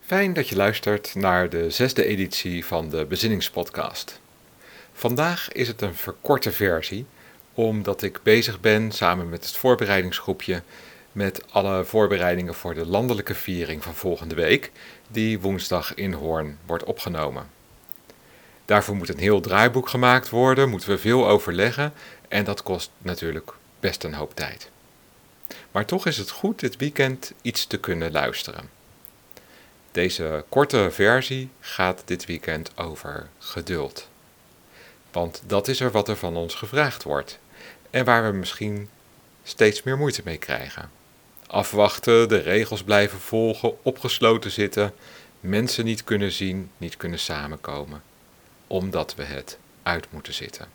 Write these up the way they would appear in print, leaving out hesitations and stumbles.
Fijn dat je luistert naar de 6e editie van de Bezinningspodcast. Vandaag is het een verkorte versie, omdat ik bezig ben samen met het voorbereidingsgroepje met alle voorbereidingen voor de landelijke viering van volgende week, die woensdag in Hoorn wordt opgenomen. Daarvoor moet een heel draaiboek gemaakt worden, moeten we veel overleggen en dat kost natuurlijk best een hoop tijd. Maar toch is het goed dit weekend iets te kunnen luisteren. Deze korte versie gaat dit weekend over geduld. Want dat is wat er van ons gevraagd wordt en waar we misschien steeds meer moeite mee krijgen. Afwachten, de regels blijven volgen, opgesloten zitten, mensen niet kunnen zien, niet kunnen samenkomen, omdat we het uit moeten zitten.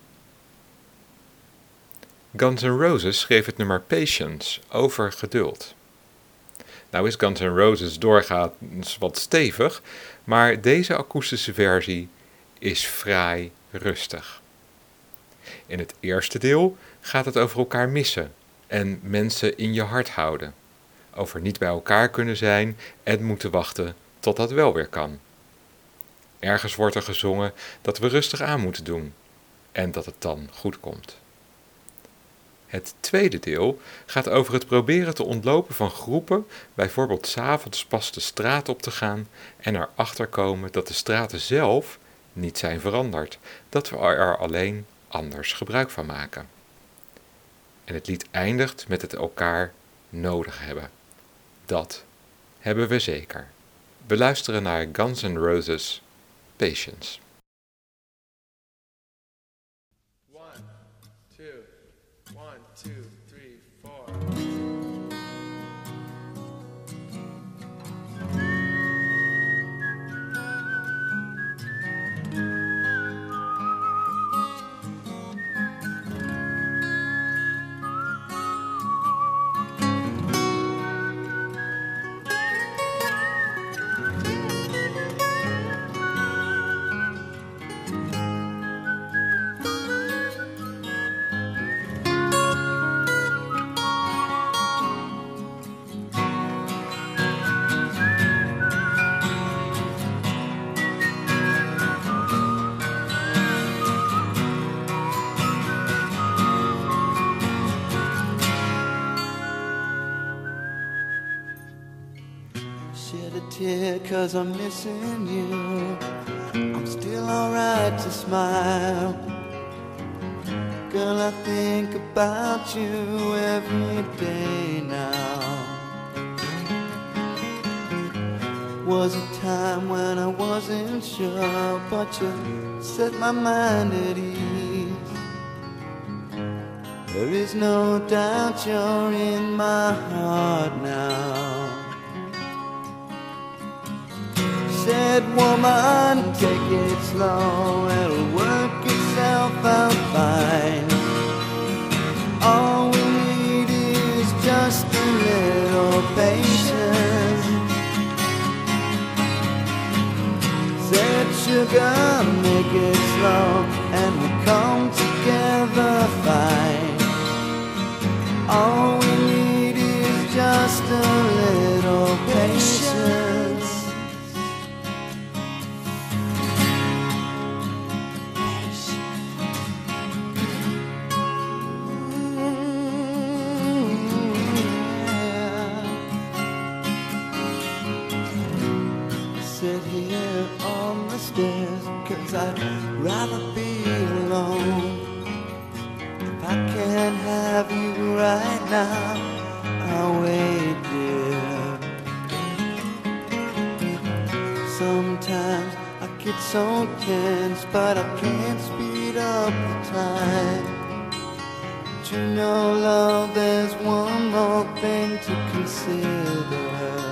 Guns N' Roses schreef het nummer Patience over geduld. Nou is Guns N' Roses doorgaans wat stevig, maar deze akoestische versie is vrij rustig. In het eerste deel gaat het over elkaar missen en mensen in je hart houden. Over niet bij elkaar kunnen zijn en moeten wachten tot dat wel weer kan. Ergens wordt er gezongen dat we rustig aan moeten doen en dat het dan goed komt. Het tweede deel gaat over het proberen te ontlopen van groepen, bijvoorbeeld 's avonds pas de straat op te gaan en erachter komen dat de straten zelf niet zijn veranderd, dat we er alleen anders gebruik van maken. En het lied eindigt met het elkaar nodig hebben. Dat hebben we zeker. We luisteren naar Guns N' Roses, Patience. 1, 2, 1, 2, 3, 4. Shed a tear 'cause I'm missing you. I'm still alright to smile. Girl, I think about you every day now. Was a time when I wasn't sure, but you set my mind at ease. There is no doubt you're in my heart now. Said woman, take it slow, it'll work itself out fine. All we need is just a little patience. Said sugar, make it slow, and we'll come together fine. All we need is just a little patience. Sit here on the stairs, 'cause I'd rather be alone. If I can't have you right now, I'll wait, dear. Sometimes I get so tense, but I can't speed up the time. But you know, love, there's one more thing to consider.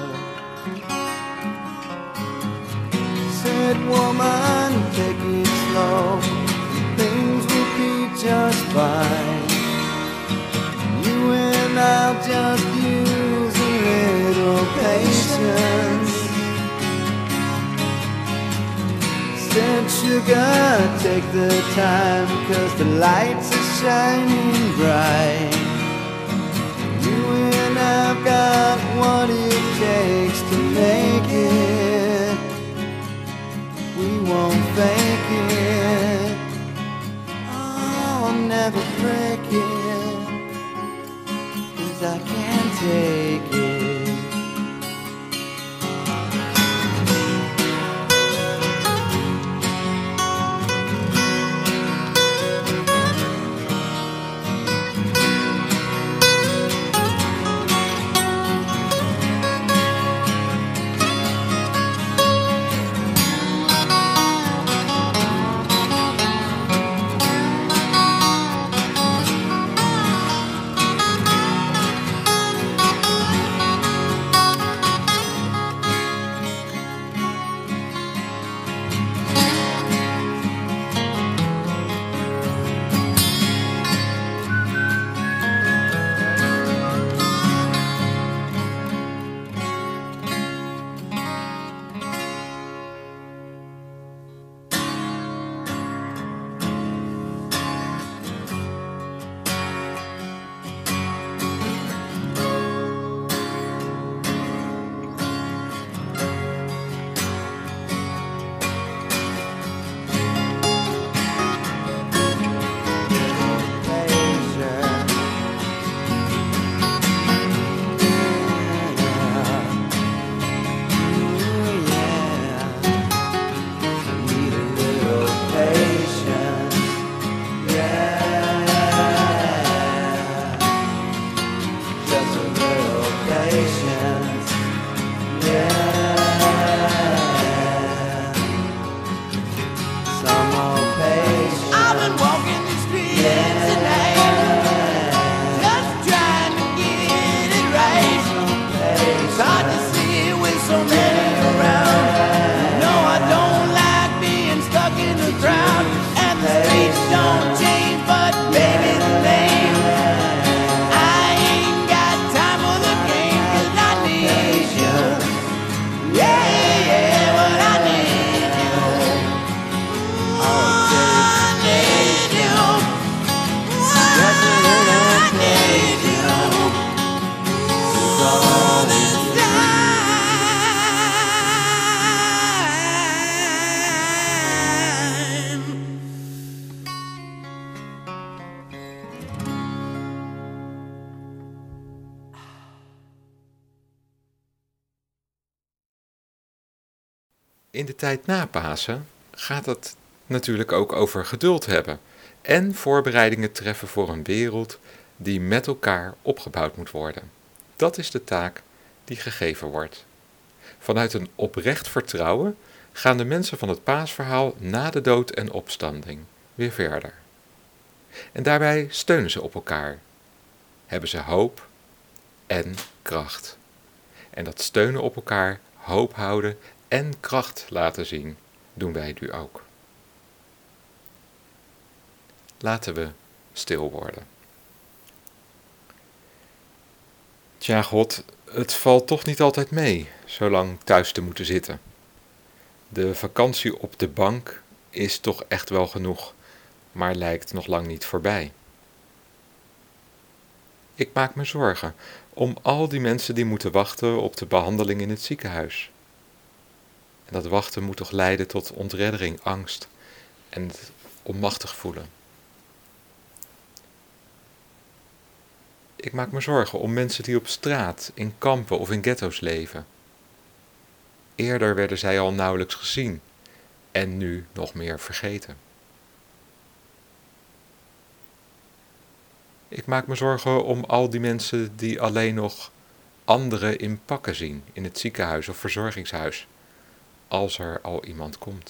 Said woman, take it slow, things will be just fine. You and I'll just use a little patience. Said sugar, take the time, 'cause the lights are shining bright. You and I've got what it takes to make it. never break it, 'cause I can't take it. In de tijd na Pasen gaat het natuurlijk ook over geduld hebben en voorbereidingen treffen voor een wereld die met elkaar opgebouwd moet worden. Dat is de taak die gegeven wordt. Vanuit een oprecht vertrouwen gaan de mensen van het Paasverhaal na de dood en opstanding weer verder. En daarbij steunen ze op elkaar, hebben ze hoop en kracht. En dat steunen op elkaar, hoop houden en kracht laten zien, doen wij nu ook. Laten we stil worden. Tja, God, het valt toch niet altijd mee, zo lang thuis te moeten zitten. De vakantie op de bank is toch echt wel genoeg, maar lijkt nog lang niet voorbij. Ik maak me zorgen om al die mensen die moeten wachten op de behandeling in het ziekenhuis. En dat wachten moet toch leiden tot ontreddering, angst en het onmachtig voelen. Ik maak me zorgen om mensen die op straat, in kampen of in ghetto's leven. Eerder werden zij al nauwelijks gezien en nu nog meer vergeten. Ik maak me zorgen om al die mensen die alleen nog anderen in pakken zien in het ziekenhuis of verzorgingshuis, als er al iemand komt.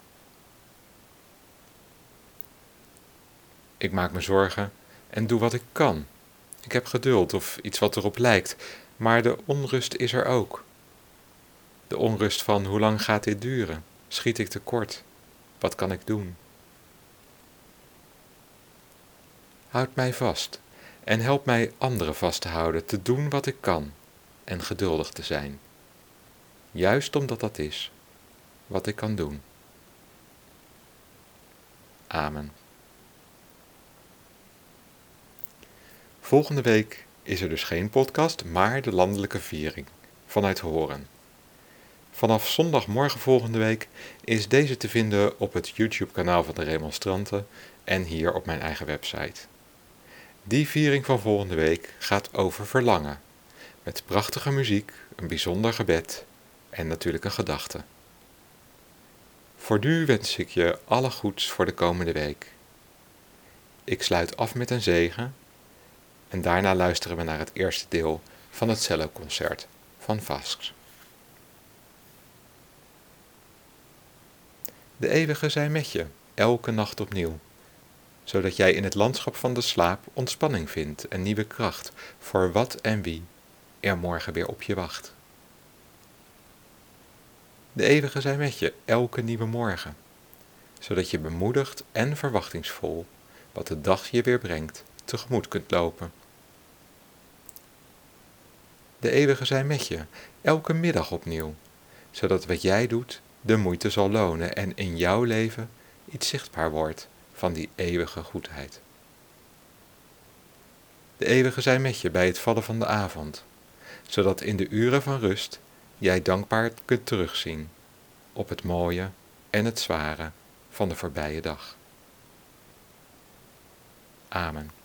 Ik maak me zorgen en doe wat ik kan. Ik heb geduld of iets wat erop lijkt, maar de onrust is er ook. De onrust van hoe lang gaat dit duren? Schiet ik tekort? Wat kan ik doen? Houd mij vast en help mij anderen vast te houden, te doen wat ik kan en geduldig te zijn. Juist omdat dat is wat ik kan doen. Amen. Volgende week is er dus geen podcast, maar de landelijke viering vanuit Horen. Vanaf zondagmorgen volgende week is deze te vinden op het YouTube-kanaal van de Remonstranten en hier op mijn eigen website. Die viering van volgende week gaat over verlangen, met prachtige muziek, een bijzonder gebed en natuurlijk een gedachte. Voor nu wens ik je alle goeds voor de komende week. Ik sluit af met een zegen en daarna luisteren we naar het eerste deel van het celloconcert van Vasks. De eeuwige zij met je, elke nacht opnieuw, zodat jij in het landschap van de slaap ontspanning vindt en nieuwe kracht voor wat en wie er morgen weer op je wacht. De eeuwige zij met je, elke nieuwe morgen, zodat je bemoedigd en verwachtingsvol, wat de dag je weer brengt, tegemoet kunt lopen. De eeuwige zij met je, elke middag opnieuw, zodat wat jij doet de moeite zal lonen en in jouw leven iets zichtbaar wordt van die eeuwige goedheid. De eeuwige zij met je bij het vallen van de avond, zodat in de uren van rust jij dankbaar kunt terugzien op het mooie en het zware van de voorbije dag. Amen.